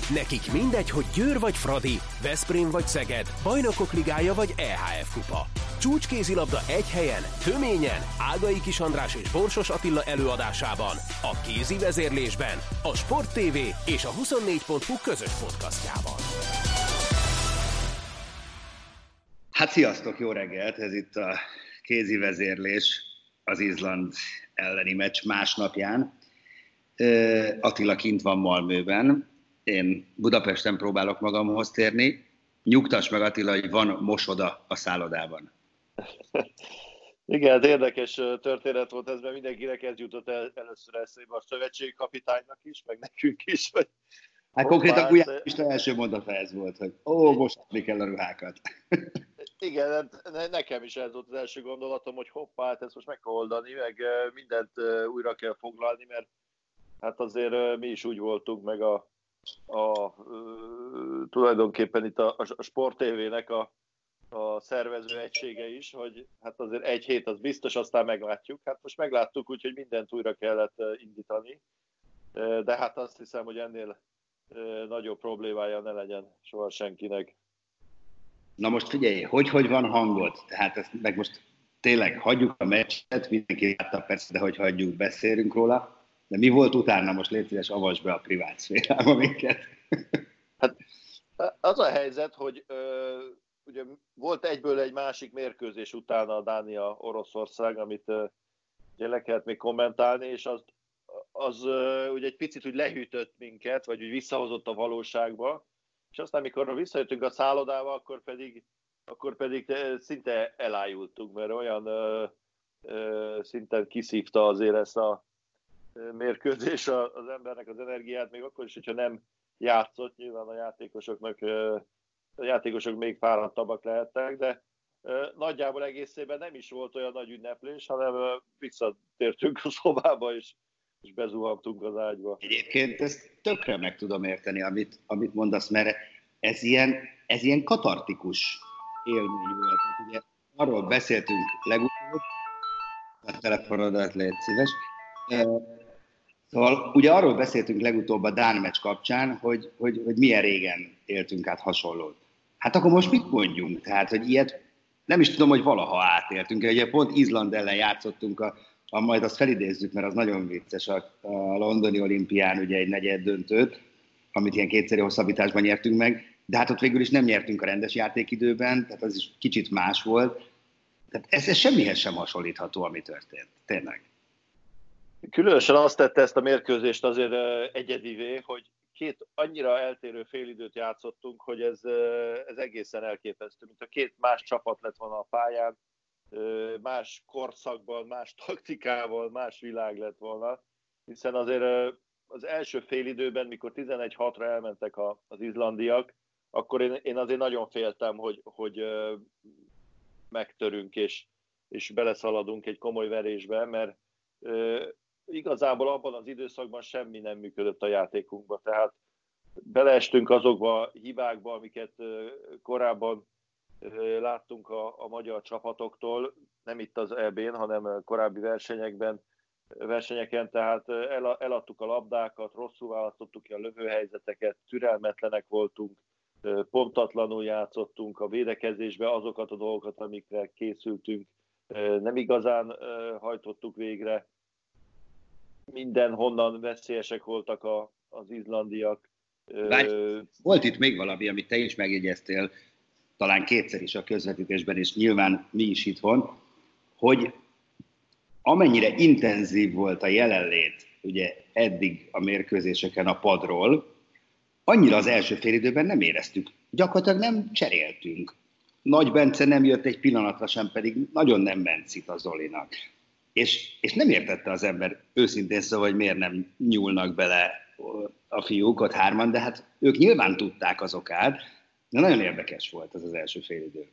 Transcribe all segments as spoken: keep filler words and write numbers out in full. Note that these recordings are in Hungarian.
Nekik mindegy, hogy Győr vagy Fradi, Veszprém vagy Szeged, Bajnokok Ligája vagy é há ef Kupa. Csúcskézilabda egy helyen, töményen, Ágai Kis András és Borsos Attila előadásában, a kézi vezérlésben, a Sport té vé és a huszonnégy pont hu közös podcastjában. Hát sziasztok, jó reggelt! Ez itt a kézi vezérlés az Izland elleni meccs másnapján. Attila kint van Malmöben, én Budapesten próbálok magamhoz térni. Nyugtass meg, Attila, hogy van mosoda a szállodában. Igen, hát érdekes történet volt ez, mert mindenkinek ez jutott el, először eszébe, a szövetségkapitánynak is, meg nekünk is. Hogy hát konkrétan Gulyás is az első mondata ez volt, hogy ó, mosatni kell a ruhákat. Igen, nekem is ez volt az első gondolatom, hogy hoppá, hát ezt most meg kell oldani, meg mindent újra kell foglalni, mert hát azért mi is úgy voltunk, meg a, a, a tulajdonképpen itt a, a Sport té vének a, a szervező egysége is, hogy hát azért egy hét az biztos, aztán meglátjuk. Hát most megláttuk, úgyhogy mindent újra kellett indítani, de hát azt hiszem, hogy ennél nagyobb problémája ne legyen soha senkinek. Na most figyelj, hogy, hogy van hangod? Tehát ezt meg most tényleg hagyjuk a meccset, mindenki látta persze, de hogy hagyjuk, beszélünk róla. De mi volt utána? Most légy szíves, avasd be a privát szférába minket. Hát az a helyzet, hogy ö, ugye volt egyből egy másik mérkőzés utána a Dánia-Oroszország, amit ö, ugye le kellett még kommentálni, és az, az ö, ugye egy picit úgy lehűtött minket, vagy úgy visszahozott a valóságba. És aztán, amikor visszajöttünk a szállodába, akkor pedig, akkor pedig szinte elájultunk, mert olyan ö, ö, szinten kiszívta azért ezt a mérkőzés az embernek az energiát, még akkor is, hogyha nem játszott, nyilván a játékosoknak, a játékosok még fáradtabbak lehettek, de nagyjából egészében nem is volt olyan nagy ünneplés, hanem visszatértünk a szobába, és, és bezuhantunk az ágyba. Egyébként ezt tökre meg tudom érteni, amit, amit mondasz, mert ez ilyen, ez ilyen katartikus élmény volt. Ugye arról beszéltünk legutóbb, a telefonodat légy szíves. Szóval ugye arról beszéltünk legutóbb a Dán meccs kapcsán, hogy, hogy, hogy milyen régen éltünk át hasonlót. Hát akkor most mit mondjunk? Tehát, hogy ilyet nem is tudom, hogy valaha átéltünk. Ugye pont Izland ellen játszottunk, a, a, majd azt felidézzük, mert az nagyon vicces, a, a londoni olimpián ugye egy negyed döntőt, amit ilyen kétszeri hosszabbításban nyertünk meg, de hát ott végül is nem nyertünk a rendes játékidőben, tehát az is kicsit más volt. Tehát ez, ez semmihez sem hasonlítható, ami történt. Tényleg. Különösen azt tette ezt a mérkőzést azért egyedivé, hogy két annyira eltérő félidőt játszottunk, hogy ez, ez egészen elképesztő, mint a két más csapat lett volna a pályán, más korszakban, más taktikával, más világ lett volna, hiszen azért az első félidőben, mikor tizenegy hatra elmentek az izlandiak, akkor én, én azért nagyon féltem, hogy, hogy megtörünk és, és beleszaladunk egy komoly verésbe, mert igazából abban az időszakban semmi nem működött a játékunkba, tehát beleestünk azokba a hibákba, amiket korábban láttunk a, a magyar csapatoktól, nem itt az é bén, hanem korábbi versenyekben, versenyeken, tehát el, eladtuk a labdákat, rosszul választottuk ki a lövőhelyzeteket, türelmetlenek voltunk, pontatlanul játszottunk a védekezésbe, azokat a dolgokat, amikre készültünk, nem igazán hajtottuk végre. Mindenhonnan veszélyesek voltak a, az izlandiak. Bár, volt itt még valami, amit te is megjegyeztél, talán kétszer is a közvetítésben, és nyilván mi is itthon, hogy amennyire intenzív volt a jelenlét ugye eddig a mérkőzéseken a padról, annyira az első félidőben nem éreztük. Gyakorlatilag nem cseréltünk. Nagy Bence nem jött egy pillanatra sem, pedig nagyon nem ment szit a Zolinak. És, és nem értette az ember őszintén szóval, hogy miért nem nyúlnak bele a fiúk, ott hárman, de hát ők nyilván tudták az okát, de nagyon érdekes volt ez az első félidő.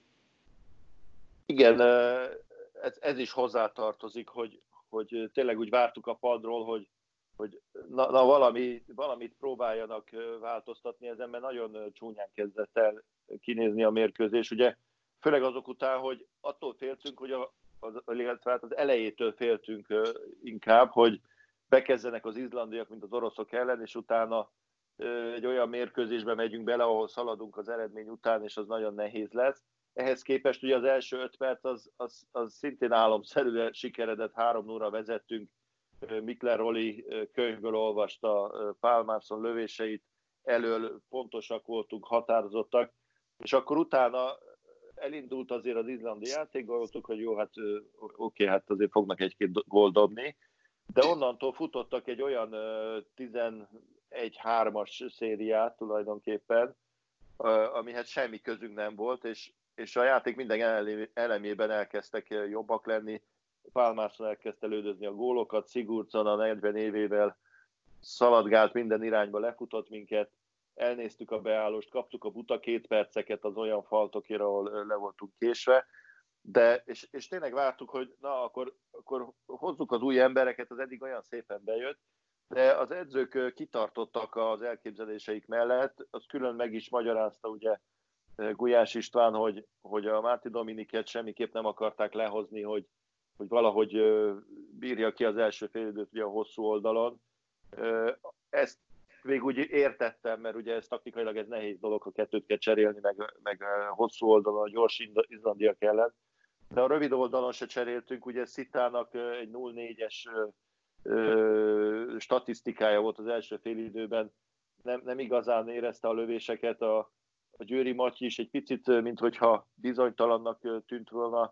Igen, ez, ez is hozzátartozik, hogy, hogy tényleg úgy vártuk a padról, hogy, hogy na, na valami, valamit próbáljanak változtatni ezen, mert nagyon csúnyán kezdett el kinézni a mérkőzés. Ugye főleg azok után, hogy attól féltünk, hogy a, az, az elejétől féltünk inkább, hogy bekezdenek az izlandiak, mint az oroszok ellen, és utána egy olyan mérközésbe megyünk bele, ahol szaladunk az eredmény után, és az nagyon nehéz lesz. Ehhez képest ugye az első öt perc az, az, az szintén álomszerűen sikeredett, három nullra vezettünk, Mikler Roli könyvből olvasta Pál Marsson lövéseit, elől pontosak voltunk, határozottak, és akkor utána elindult azért az izlandi játék, gondoltuk, hogy jó, hát oké, hát azért fognak egy-két gólt dobni, de onnantól futottak egy olyan tizenegy hármas szériát tulajdonképpen, amihez semmi közünk nem volt, és, és a játék minden elemében elkezdtek jobbak lenni. Pál Marsson elkezdte lődözni a gólokat, Sigurdsson a negyven évével szaladgált minden irányba, lefutott minket, elnéztük a beállost, kaptuk a buta két perceket az olyan faltokért, ahol le voltunk késve, de, és, és tényleg vártuk, hogy na, akkor, akkor hozzuk az új embereket, az eddig olyan szépen bejött, de az edzők kitartottak az elképzeléseik mellett, az külön meg is magyarázta ugye Gulyás István, hogy, hogy a Márti Dominiket semmiképp nem akarták lehozni, hogy, hogy valahogy bírja ki az első félidőt ugye a hosszú oldalon. Ezt még úgy értettem, mert ugye ez taktikailag ez nehéz dolog, ha kettőt kell cserélni, meg, meg hosszú oldalon a gyors izlandiak ellen. De a rövid oldalon se cseréltünk, ugye Szitának egy nulla négyes statisztikája volt az első félidőben, nem, nem igazán érezte a lövéseket, a, a Győri Matyi is egy picit, minthogyha bizonytalannak tűnt volna,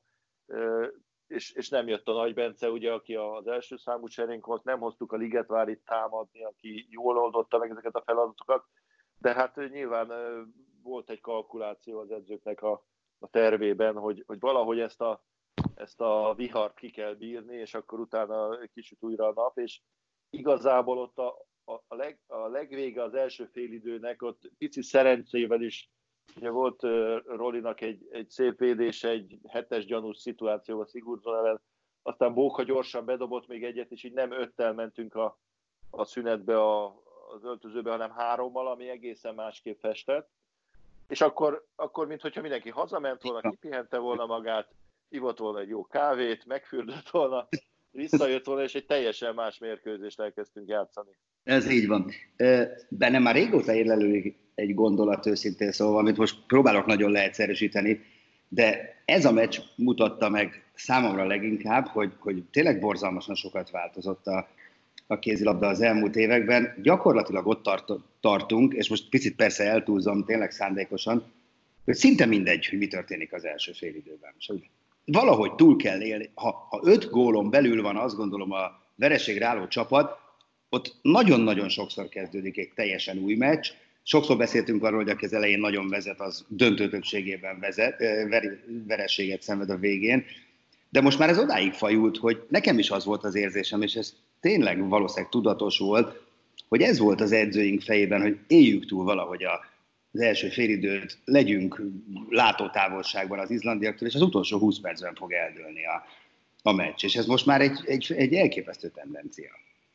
és, és nem jött a Nagy Bence, ugye, aki az első számú cserénk volt, nem hoztuk a Ligetvárit támadni, aki jól oldotta meg ezeket a feladatokat, de hát nyilván volt egy kalkuláció az edzőknek a, a tervében, hogy, hogy valahogy ezt a, ezt a vihart ki kell bírni, és akkor utána kicsit újra a nap, és igazából ott a, a, a, leg, a legvége az első félidőnek, ott pici szerencsével is, ugye volt uh, Rolinak egy, egy szép védése, egy hetes gyanús szituációban Sigurdsson ellen, aztán Bóka gyorsan bedobott még egyet, és így nem öttel mentünk a, a szünetbe a, az öltözőbe, hanem hárommal, ami egészen másképp festett. És akkor, akkor minthogyha mindenki hazament volna, kipihente volna magát, ivott volna egy jó kávét, megfürdött volna, visszajött volna, és egy teljesen más mérkőzést elkezdtünk játszani. Ez így van. Bennem már régóta érlelő egy gondolat őszintén szóval, amit most próbálok nagyon leegyszerűsíteni, de ez a meccs mutatta meg számomra leginkább, hogy, hogy tényleg borzalmasan sokat változott a, a kézilabda az elmúlt években. Gyakorlatilag ott tart, tartunk, és most picit persze eltúlzom tényleg szándékosan, hogy szinte mindegy, hogy mi történik az első fél időben. Valahogy túl kell élni. Ha, ha öt gólon belül van, azt gondolom, a vereségre álló csapat, ott nagyon-nagyon sokszor kezdődik egy teljesen új meccs. Sokszor beszéltünk arról, hogy aki az elején nagyon vezet, az döntő többségében vezet, vereséget szenved a végén. De most már ez odáig fajult, hogy nekem is az volt az érzésem, és ez tényleg valószínűleg tudatos volt, hogy ez volt az edzőink fejében, hogy éljük túl valahogy a az első félidőt, legyünk látótávolságban az izlandiaktól, és az utolsó húsz percben fog eldőlni a, a meccs. És ez most már egy, egy, egy elképesztő tendencia.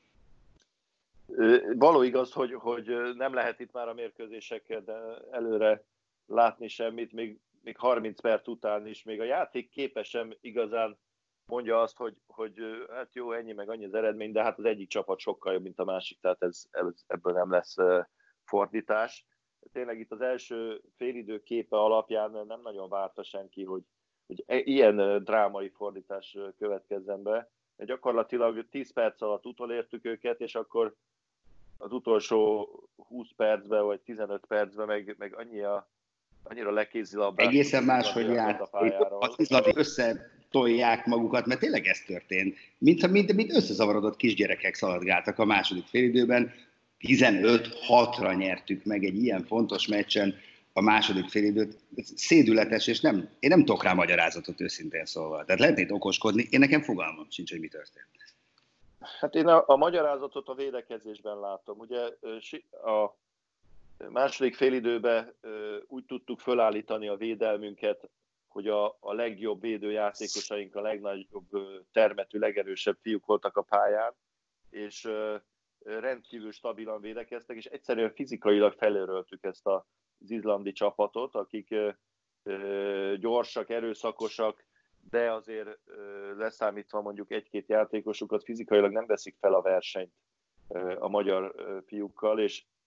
Való igaz, hogy, hogy nem lehet itt már a mérkőzéseken előre látni semmit, még, még harminc perc után is, még a játék képe sem igazán mondja azt, hogy, hogy hát jó, ennyi meg annyi az eredmény, de hát az egyik csapat sokkal jobb, mint a másik, tehát ez, ebből nem lesz fordítás. Tényleg itt az első félidő képe alapján nem nagyon várta senki, hogy, hogy ilyen drámai fordítás következzen be. Gyakorlatilag tíz perc alatt utolértük őket, és akkor az utolsó húsz percben vagy tizenöt percben meg, meg annyi a, annyira lekézilabdás. Egészen más, hogy jár. Az izlandi összetolják magukat, mert tényleg ez történt. Mint, mint, mint összezavarodott kisgyerekek szaladgáltak a második félidőben. tizenöt hatra nyertük meg egy ilyen fontos meccsen a második félidőt. Szédületes, és nem, én nem tudok rá magyarázatot őszintén szólva. Tehát lehetnéd okoskodni, én nekem fogalmam sincs, hogy mi történt. Hát én a, a magyarázatot a védekezésben látom. Ugye a második félidőben úgy tudtuk fölállítani a védelmünket, hogy a, a legjobb védőjátékosaink, a legnagyobb termetű, legerősebb fiúk voltak a pályán, és rendkívül stabilan védekeztek, és egyszerűen fizikailag felöröltük ezt az izlandi csapatot, akik gyorsak, erőszakosak, de azért leszámítva mondjuk egy-két játékosukat fizikailag nem veszik fel a versenyt a magyar fiúkkal, és,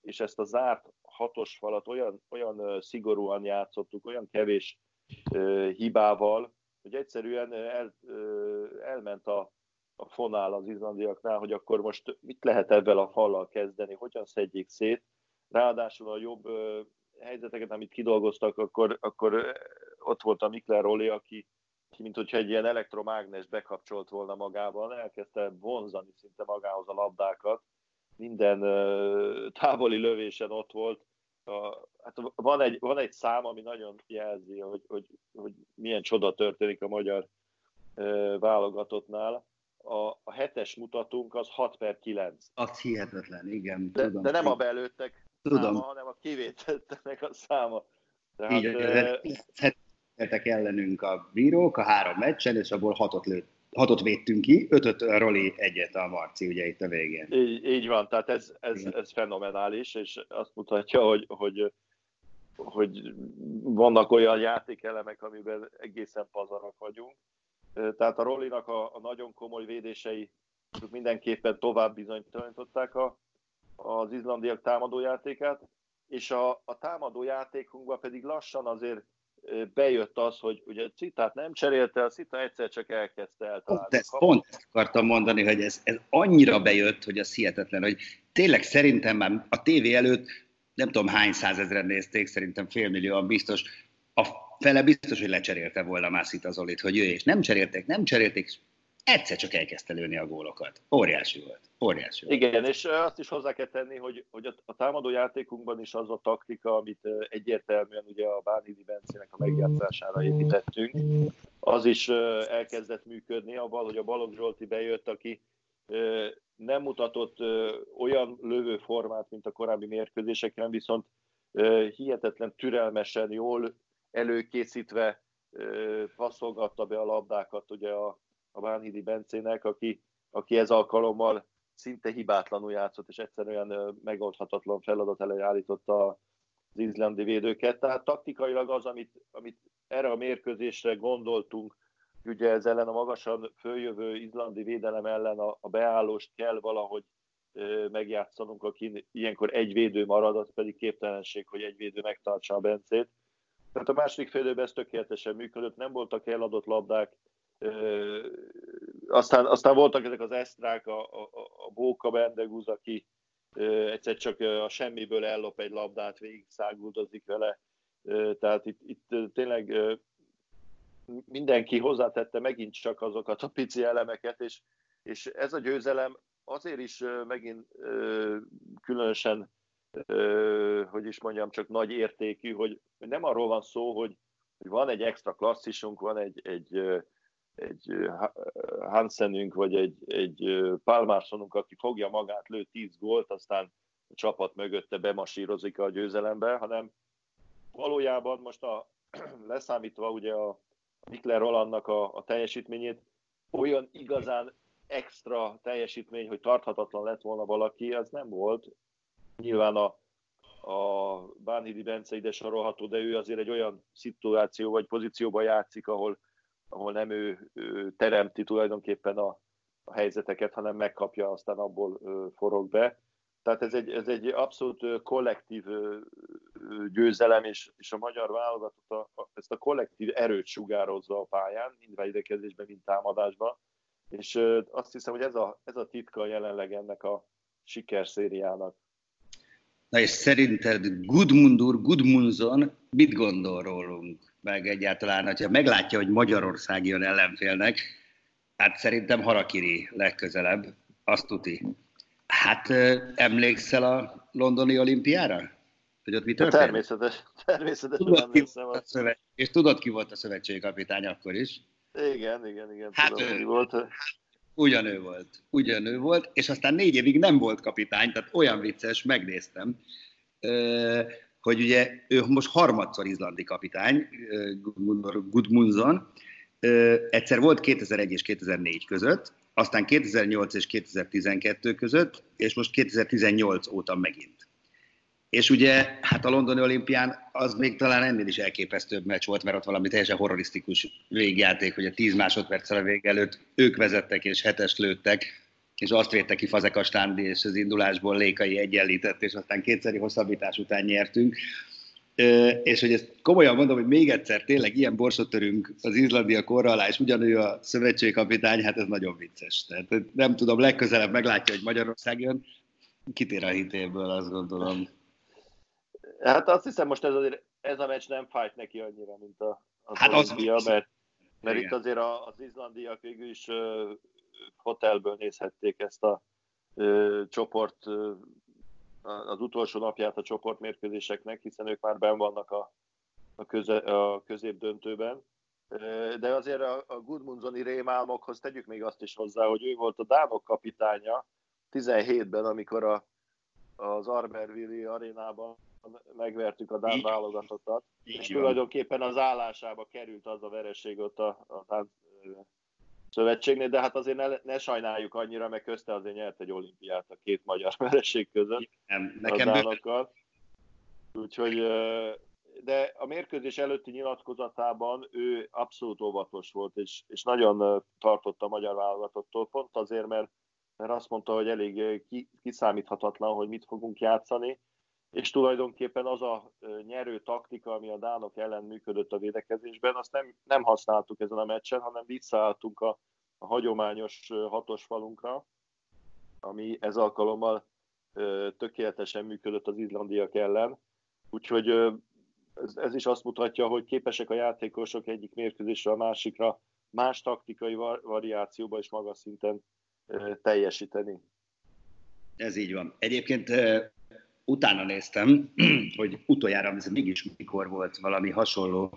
és ezt a zárt hatos falat olyan, olyan szigorúan játszottuk, olyan kevés hibával, hogy egyszerűen el, elment a, a fonál az izlandiaknál, hogy akkor most mit lehet ebben a fallal kezdeni, hogyan szedjék szét. Ráadásul a jobb helyzeteket, amit kidolgoztak, akkor, akkor ott volt a Mikler Roli, aki, mint hogyha egy ilyen elektromágnes bekapcsolt volna magában, elkezdte vonzani szinte magához a labdákat, minden távoli lövésen ott volt. A, hát van, egy, van egy szám, ami nagyon jelzi, hogy, hogy, hogy milyen csoda történik a magyar uh, válogatottnak. A, a hetes mutatónk az hat per kilenc. Az hihetetlen, igen. De, tudom. de nem a belőttek tudom. száma, hanem a kivételtek a száma. Tehát, így, uh, ellenünk a bírók a három meccsen, és abból hatot lőtt. Hatot védtünk ki, ötöt a Roli, egyet a Marci, ugye itt a végén. Így, így van, tehát ez, ez, ez fenomenális, és azt mutatja, hogy, hogy, hogy vannak olyan játékelemek, amiben egészen pazarak vagyunk. Tehát a Rolinak a, a nagyon komoly védései mindenképpen tovább bizonytalanították a, az izlandiak támadójátékát, és a, a támadójátékunkban pedig lassan azért bejött az, hogy ugye Citát nem cserélte, a Cita egyszer csak elkezdte eltalálni. Pont ezt, pont ezt akartam mondani, hogy ez, ez annyira bejött, hogy az hihetetlen, hogy tényleg szerintem már a tévé előtt nem tudom hány százezren nézték, szerintem félmillióan biztos, a fele biztos, hogy lecserélte volna már Cita Zolit, hogy ő és nem cserélték, nem cserélték, egyszer csak elkezdte lőni a gólokat. Óriási volt. Óriási volt. Igen, és azt is hozzá kell tenni, hogy, hogy a támadó játékunkban is az a taktika, amit egyértelműen ugye a Bánhidi Bencének a megjátszására építettünk, az is elkezdett működni abban, hogy a Balogh Zsolti bejött, aki nem mutatott olyan lövőformát, mint a korábbi mérkőzéseken, viszont hihetetlen türelmesen, jól előkészítve passzolgatta be a labdákat ugye a a Bánhidi Bencének, aki, aki ez alkalommal szinte hibátlanul játszott, és egyszerűen megoldhatatlan feladat elé állította az izlandi védőket. Tehát taktikailag az, amit, amit erre a mérkőzésre gondoltunk, ugye ez ellen a magasan följövő izlandi védelem ellen a, a beállóst kell valahogy e, megjátszanunk, aki ilyenkor egy védő marad, az pedig képtelenség, hogy egy védő megtartsa a Bencét. Tehát a második fél időben ez tökéletesen működött, nem voltak eladott labdák, Ö, aztán, aztán voltak ezek az esztrák, a, a, a Bóka Bendegúz, aki ö, egyszer csak a semmiből ellop egy labdát, végig száguldozik vele. Ö, tehát itt, itt tényleg ö, mindenki hozzátette megint csak azokat a pici elemeket, és, és ez a győzelem azért is ö, megint ö, különösen, ö, hogy is mondjam, csak nagy értékű, hogy nem arról van szó, hogy, hogy van egy extra klasszisunk, van egy, egy egy Hansenünk, vagy egy, egy Pálmárssonunk, aki fogja magát, lő tíz gólt, aztán a csapat mögötte bemasírozik a győzelembe, hanem valójában most a, leszámítva ugye a Mikler Rolandnak a, a teljesítményét, olyan igazán extra teljesítmény, hogy tarthatatlan lett volna valaki, az nem volt. Nyilván a, a Bánhidi Bence ide sorolható, de ő azért egy olyan szituáció vagy pozícióban játszik, ahol ahol nem ő, ő teremti tulajdonképpen a, a helyzeteket, hanem megkapja, aztán abból ö, forog be. Tehát ez egy, ez egy abszolút ö, kollektív ö, ö, győzelem, és, és a magyar válogatott a, a, ezt a kollektív erőt sugározza a pályán, mind védekezésben, mind támadásban. És ö, azt hiszem, hogy ez a, ez a titka jelenleg ennek a sikerszériának. Na és szerinted Gudmundur Gudmundsson mit gondol rólunk? Meg egyáltalán, hogyha meglátja, hogy Magyarország jön ellenfélnek, hát szerintem harakiri legközelebb, azt tuti. Hát emlékszel a londoni olimpiára? Hogy ott mi történt? Természetes, természetesen emlékszem. Szövet... És tudod, ki volt a szövetségi kapitány akkor is? Igen, igen, igen. Hát tudom, ő hogy volt. Ugyanő volt. Ugyanő volt, és aztán négy évig nem volt kapitány, tehát olyan vicces, megnéztem, hogy ugye ő most harmadszor izlandi kapitány, Gudmundsson. Egyszer volt kétezer-egy és kétezer-négy között, aztán kétezer-nyolc és kétezer-tizenkettő között, és most kétezer-tizennyolc óta megint. És ugye, hát a londoni olimpián az még talán ennél is elképesztőbb meccs volt, mert ott valami teljesen horrorisztikus végjáték, hogy a tíz másodperccel a vége előtt ők vezettek és hetest lőttek, és azt védte ki Fazekas Tándi, és az indulásból Lékai egyenlített, és aztán kétszeri hosszabbítás után nyertünk. És hogy ezt komolyan mondom, hogy még egyszer tényleg ilyen borsot törünk az Izlandia korra alá, és ugyanúgy a szövetségkapitány, hát ez nagyon vicces. Tehát nem tudom, legközelebb meglátja, hogy Magyarország jön, kitér a hitéből, azt gondolom. Hát azt hiszem, most ez, azért, ez a meccs nem fájt neki annyira, mint a, a hát Olimpia, az mert, mert itt azért az izlandiak végül is uh, hotelből nézhették ezt a uh, csoport, uh, az utolsó napját a csoportmérkőzéseknek, hiszen ők már benn vannak a, a, köze, a középdöntőben. Uh, de azért a, a Gudmundsoni rémálmokhoz tegyük még azt is hozzá, hogy ő volt a dánok kapitánya tizenhétben, amikor a, az Arberville arénában megvertük a dán válogatottat, és tulajdonképpen az állásába került az a vereség ott a, a dán szövetségnél, de hát azért ne, ne sajnáljuk annyira, mert közte azért nyert egy olimpiát a két magyar vereség között nem, nekem a dánokkal. Úgyhogy, de a mérkőzés előtti nyilatkozatában ő abszolút óvatos volt, és, és nagyon tartott a magyar válogatottól, pont azért, mert, mert azt mondta, hogy elég kiszámíthatatlan, hogy mit fogunk játszani, és tulajdonképpen az a nyerő taktika, ami a dánok ellen működött a védekezésben, azt nem, nem használtuk ezen a meccsen, hanem visszaálltunk a, a hagyományos hatos falunkra, ami ez alkalommal tökéletesen működött az izlandiak ellen. Úgyhogy ez, ez is azt mutatja, hogy képesek a játékosok egyik mérkőzésre a másikra más taktikai variációba is magas szinten teljesíteni. Ez így van. Egyébként utána néztem, hogy utoljára, ez mégis mikor volt valami hasonló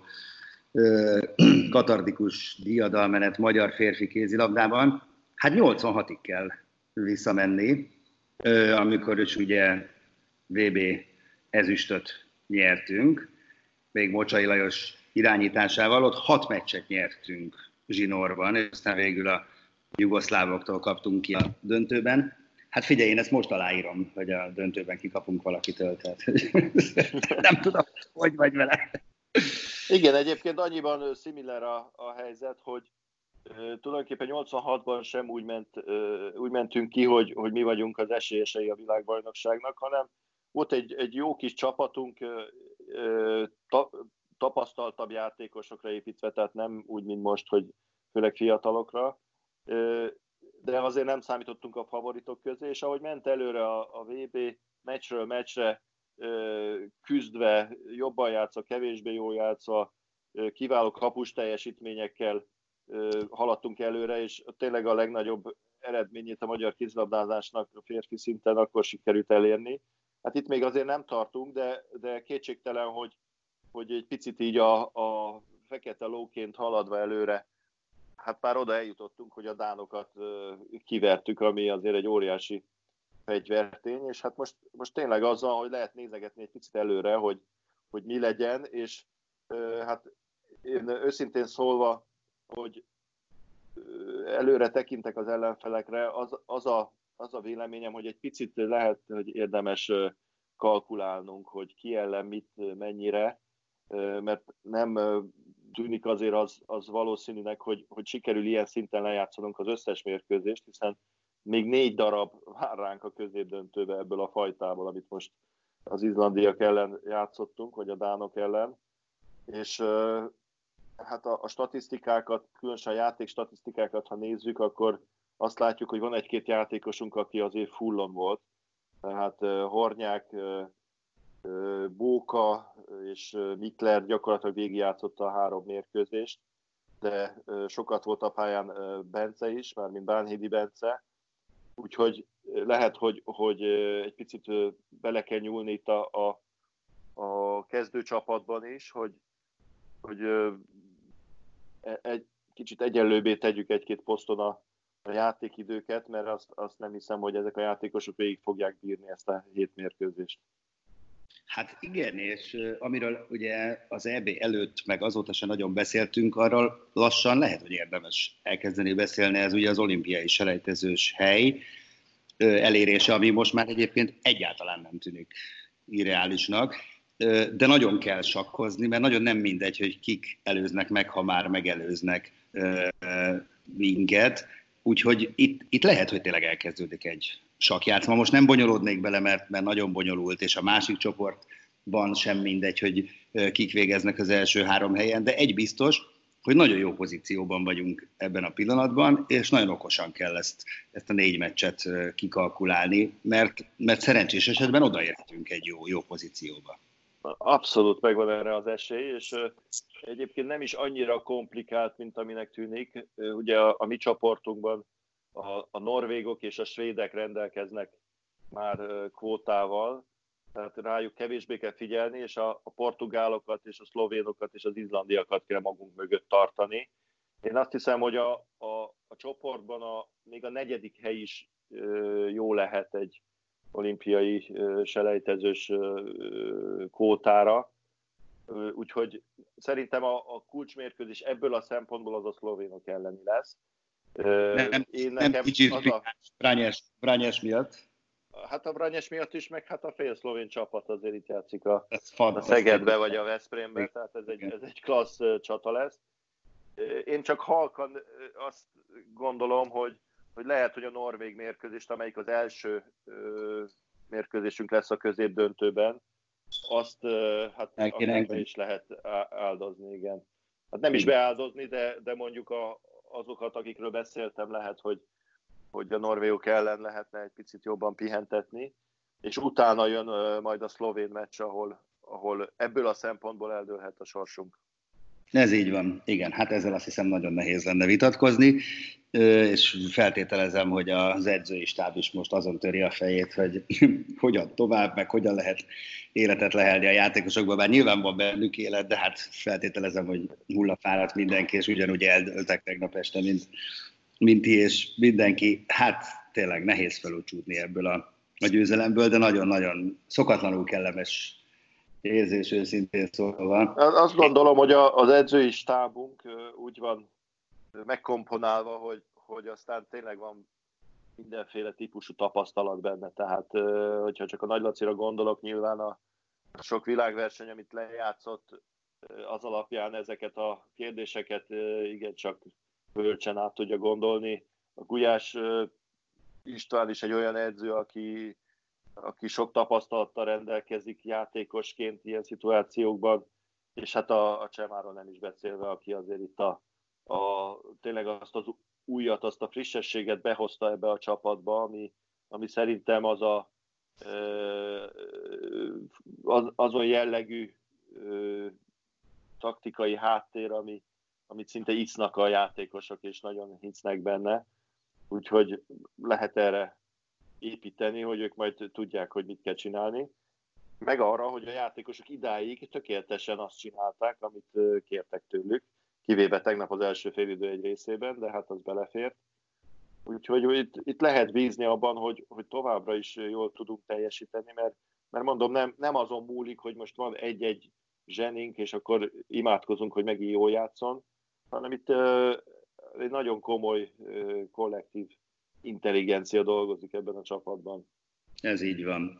katartikus diadalmenet magyar férfi kézilabdában. Hát nyolcvanhatig kell visszamenni, amikor is ugye vé bé ezüstöt nyertünk, még Mocsai Lajos irányításával, ott hat meccset nyertünk zsinórban, és aztán végül a jugoszlávoktól kaptunk ki a döntőben. Hát figyelj, én ezt most aláírom, hogy a döntőben kikapunk valakitől, tehát nem tudom, hogy vagy vele. Igen, egyébként annyiban similar a, a helyzet, hogy uh, tulajdonképpen nyolcvanhatban sem úgy, ment, uh, úgy mentünk ki, hogy, hogy mi vagyunk az esélyesei a világbajnokságnak, hanem volt egy, egy jó kis csapatunk, uh, uh, ta, tapasztaltabb játékosokra építve, tehát nem úgy, mint most, hogy főleg fiatalokra, uh, de azért nem számítottunk a favoritok közé, és ahogy ment előre a, a vé bé, meccsről meccsre küzdve, jobban játszva, kevésbé jól játszva, kiváló kapus teljesítményekkel haladtunk előre, és tényleg a legnagyobb eredményét a magyar kézilabdázásnak a férfi szinten akkor sikerült elérni. Hát itt még azért nem tartunk, de, de kétségtelen, hogy, hogy egy picit így a, a fekete lóként haladva előre, hát már oda eljutottunk, hogy a dánokat kivertük, ami azért egy óriási fegyvertény, és hát most, most tényleg azzal, hogy lehet nézegetni egy picit előre, hogy, hogy mi legyen, és hát én őszintén szólva, hogy előre tekintek az ellenfelekre, az, az, a, az a véleményem, hogy egy picit lehet, hogy érdemes kalkulálnunk, hogy ki ellen mit, mennyire, mert nem tűnik azért az, az valószínűnek, hogy, hogy sikerül ilyen szinten lejátszanunk az összes mérkőzést, hiszen még négy darab vár ránk a középdöntőbe ebből a fajtából, amit most az izlandiak ellen játszottunk, vagy a dánok ellen. És hát a, a statisztikákat, különösen a játék statisztikákat, ha nézzük, akkor azt látjuk, hogy van egy-két játékosunk, aki azért fullon volt. Tehát Hornyák, Bóka és Mikler gyakorlatilag végigjátszotta a három mérkőzést, de sokat volt a pályán Bence is, mármint Bánhidi Bence. Úgyhogy lehet, hogy, hogy egy picit bele kell nyúlni itt a, a, a kezdőcsapatban is, hogy, hogy egy kicsit egyenlőbbé tegyük egy-két poszton a, a játékidőket, mert azt, azt nem hiszem, hogy ezek a játékosok végig fogják bírni ezt a hét mérkőzést. Hát igen, és amiről ugye az é bé előtt, meg azóta sem nagyon beszéltünk, arról lassan lehet, hogy érdemes elkezdeni beszélni, ez ugye az olimpiai selejtezős hely elérése, ami most már egyébként egyáltalán nem tűnik irreálisnak, de nagyon kell sakkozni, mert nagyon nem mindegy, hogy kik előznek meg, ha már megelőznek minket. Úgyhogy itt, itt lehet, hogy tényleg elkezdődik egy sakkjátszma. Most nem bonyolódnék bele, mert, mert nagyon bonyolult, és a másik csoportban sem mindegy, hogy kik végeznek az első három helyen, de egy biztos, hogy nagyon jó pozícióban vagyunk ebben a pillanatban, és nagyon okosan kell ezt, ezt a négy meccset kikalkulálni, mert, mert szerencsés esetben odaértünk egy jó, jó pozícióba. Abszolút megvan erre az esély, és egyébként nem is annyira komplikált, mint aminek tűnik. Ugye a, a mi csoportunkban a, a norvégok és a svédek rendelkeznek már kvótával, tehát rájuk kevésbé kell figyelni, és a, a portugálokat és a szlovénokat és az izlandiakat kell magunk mögött tartani. Én azt hiszem, hogy a, a, a csoportban a, még a negyedik hely is ö, jó lehet egy olimpiai ö, selejtezős ö, kvótára. Ö, úgyhogy szerintem a, a kulcsmérkőzés ebből a szempontból az a szlovénok elleni lesz. Ö, nem én nem kicsit a... Brányes, Brányes miatt. Hát a Branyes miatt is, meg hát a fél szlovén csapat azért itt játszik a, a Szegedbe Szegedbe vagy a Veszprémbe, tehát ez egy, ez egy klassz csata lesz. Én csak halkan azt gondolom, hogy, hogy lehet, hogy a norvég mérkőzést, amelyik az első mérkőzésünk lesz a középdöntőben, azt hát akár be is lehet áldozni, igen. Hát nem is beáldozni, de, de mondjuk a, azokat, akikről beszéltem, lehet, hogy hogy a norvégok ellen lehetne egy picit jobban pihentetni, és utána jön uh, majd a szlovén meccs, ahol, ahol ebből a szempontból eldőlhet a sorsunk. Ez így van, igen, hát ezzel azt hiszem nagyon nehéz lenne vitatkozni, és feltételezem, hogy az edzői stáb is most azon töri a fejét, hogy hogyan tovább, meg hogyan lehet életet lehelni a játékosokba, bár nyilván van bennük élet, de hát feltételezem, hogy hullafáradt mindenki, és ugyanúgy eldőltek tegnap este, mint mint ti és mindenki, hát tényleg nehéz felúcsútni ebből a, a győzelemből, de nagyon-nagyon szokatlanul kellemes érzés őszintén szólva. Azt gondolom, hogy a, az edzői stábunk úgy van megkomponálva, hogy, hogy aztán tényleg van mindenféle típusú tapasztalat benne, tehát hogyha csak a Nagy Lacira gondolok, nyilván a sok világverseny, amit lejátszott, az alapján ezeket a kérdéseket igencsak bölcsen át tudja gondolni. A Gulyás István is egy olyan edző, aki, aki sok tapasztalattal rendelkezik játékosként ilyen szituációkban, és hát a, a Csemáról nem is beszélve, aki azért itt a, a, tényleg azt az újat, azt a frissességet behozta ebbe a csapatba, ami, ami szerintem az a az, azon jellegű taktikai háttér, ami amit szinte isznak a játékosok, és nagyon hisznek benne. Úgyhogy lehet erre építeni, hogy ők majd tudják, hogy mit kell csinálni. Meg arra, hogy a játékosok idáig tökéletesen azt csinálták, amit kértek tőlük, kivéve tegnap az első félidő egy részében, de hát az belefért. Úgyhogy itt, itt lehet bízni abban, hogy, hogy továbbra is jól tudunk teljesíteni, mert, mert mondom, nem, nem azon múlik, hogy most van egy-egy zsenink, és akkor imádkozunk, hogy megint jól játszon, hanem itt uh, egy nagyon komoly uh, kollektív intelligencia dolgozik ebben a csapatban. Ez így van.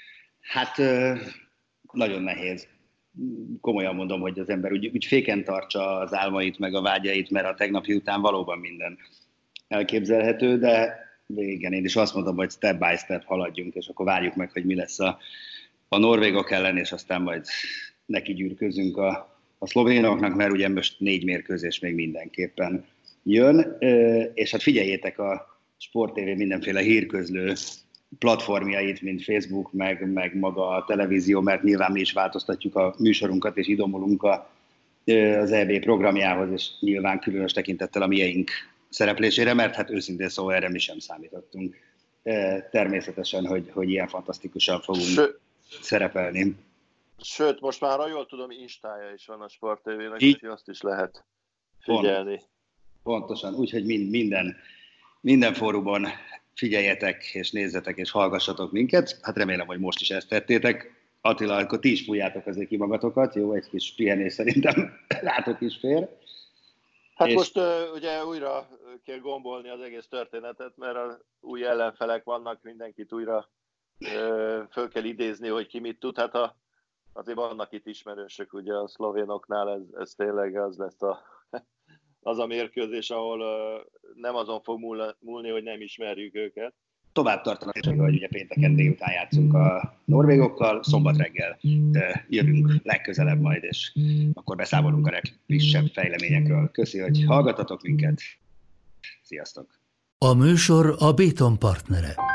Hát uh, nagyon nehéz. Komolyan mondom, hogy az ember úgy, úgy féken tartsa az álmait, meg a vágyait, mert a tegnapi után valóban minden elképzelhető, de igen, én is azt mondom, hogy step by step haladjunk, és akkor várjuk meg, hogy mi lesz a, a norvégok ellen, és aztán majd neki gyűrközünk a a szlovénoknak, mert ugye most négy mérkőzés még mindenképpen jön, és hát figyeljétek a Sport té vé mindenféle hírközlő platformjait, mint Facebook, meg, meg maga a televízió, mert nyilván mi is változtatjuk a műsorunkat, és idomulunk a, az é bé programjához, és nyilván különös tekintettel a mieink szereplésére, mert hát őszintén szóval erre mi sem számítottunk. Természetesen, hogy, hogy ilyen fantasztikusan fogunk Ső... szerepelni. Sőt, most már, ha jól tudom, instája is van a Sport té vének, úgyhogy azt is lehet figyelni. Pontosan, úgyhogy minden, minden fórumon figyeljetek, és nézzetek, és hallgassatok minket. Hát remélem, hogy most is ezt tettétek. Attila, akkor ti is fújjátok azért ki magatokat, jó? Egy kis pihenés szerintem látok is fér. Hát és... most uh, ugye újra kell gombolni az egész történetet, mert a új ellenfelek vannak, mindenkit újra uh, föl kell idézni, hogy ki mit tud. Hát a azért vannak itt ismerősök, ugye a szlovénoknál ez, ez tényleg az lesz a, az a mérkőzés, ahol nem azon fog múlni, hogy nem ismerjük őket. Tovább tartanak, hogy ugye pénteken délután játszunk a norvégokkal, szombat reggel jövünk legközelebb majd, és akkor beszámolunk a legfrissebb fejleményekről. Köszi, hogy hallgatatok minket. Sziasztok! A műsor a Béton partnere.